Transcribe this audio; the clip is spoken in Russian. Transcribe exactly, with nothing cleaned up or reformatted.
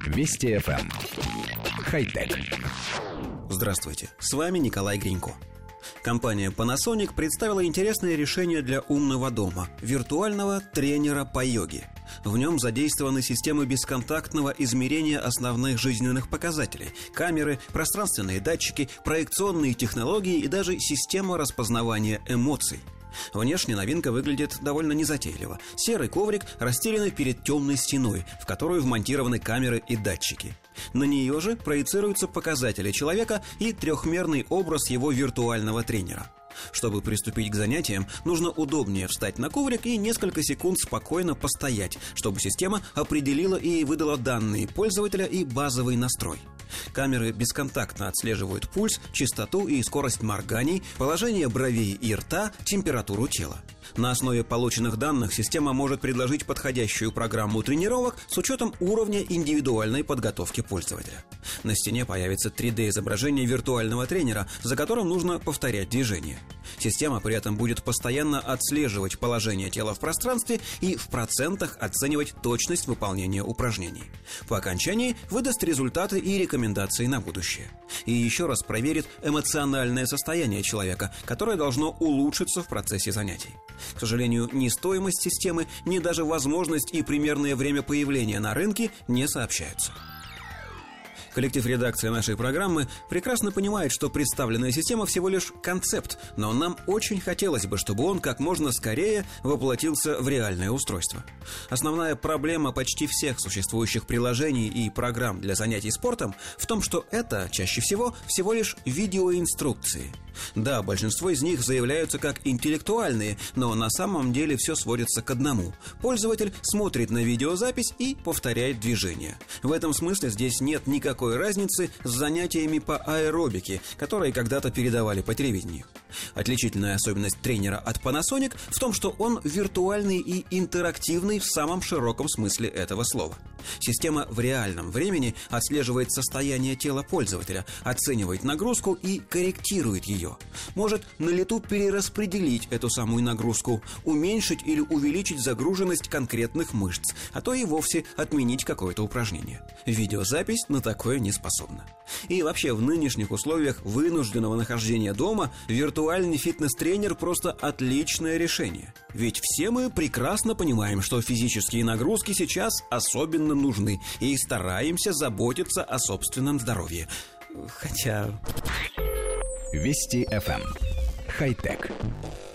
Вести эф эм. Хай-тек. Здравствуйте, с вами Николай Гринько. Компания Panasonic представила интересное решение для умного дома – виртуального тренера по йоге. В нем задействованы системы бесконтактного измерения основных жизненных показателей, камеры, пространственные датчики, проекционные технологии и даже система распознавания эмоций. Внешне новинка выглядит довольно незатейливо. Серый коврик расстеленный перед темной стеной, в которую вмонтированы камеры и датчики. На нее же проецируются показатели человека и трехмерный образ его виртуального тренера. Чтобы приступить к занятиям, нужно удобнее встать на коврик и несколько секунд спокойно постоять, чтобы система определила и выдала данные пользователя и базовый настрой. Камеры бесконтактно отслеживают пульс, частоту и скорость морганий, положение бровей и рта, температуру тела. На основе полученных данных система может предложить подходящую программу тренировок с учетом уровня индивидуальной подготовки пользователя. На стене появится три дэ-изображение виртуального тренера, за которым нужно повторять движения. Система при этом будет постоянно отслеживать положение тела в пространстве и в процентах оценивать точность выполнения упражнений. По окончании выдаст результаты и рекомендации на будущее. И еще раз проверит эмоциональное состояние человека, которое должно улучшиться в процессе занятий. К сожалению, ни стоимость системы, ни даже возможность и примерное время появления на рынке не сообщаются. Коллектив редакции нашей программы прекрасно понимает, что представленная система всего лишь концепт, но нам очень хотелось бы, чтобы он как можно скорее воплотился в реальное устройство. Основная проблема почти всех существующих приложений и программ для занятий спортом в том, что это чаще всего всего лишь видеоинструкции. Да, большинство из них заявляются как интеллектуальные, но на самом деле все сводится к одному. Пользователь смотрит на видеозапись и повторяет движения. В этом смысле здесь нет никакой разницы с занятиями по аэробике, которые когда-то передавали по телевидению. Отличительная особенность тренера от Panasonic в том, что он виртуальный и интерактивный в самом широком смысле этого слова. Система в реальном времени отслеживает состояние тела пользователя, оценивает нагрузку и корректирует ее. Может на лету перераспределить эту самую нагрузку, уменьшить или увеличить загруженность конкретных мышц, а то и вовсе отменить какое-то упражнение. Видеозапись на такое не способна. И вообще в нынешних условиях вынужденного нахождения дома виртуальный фитнес-тренер просто отличное решение. Ведь все мы прекрасно понимаем, что физические нагрузки сейчас особенно нужны, и стараемся заботиться о собственном здоровье. Хотя... Вести эф эм. Хай-тек.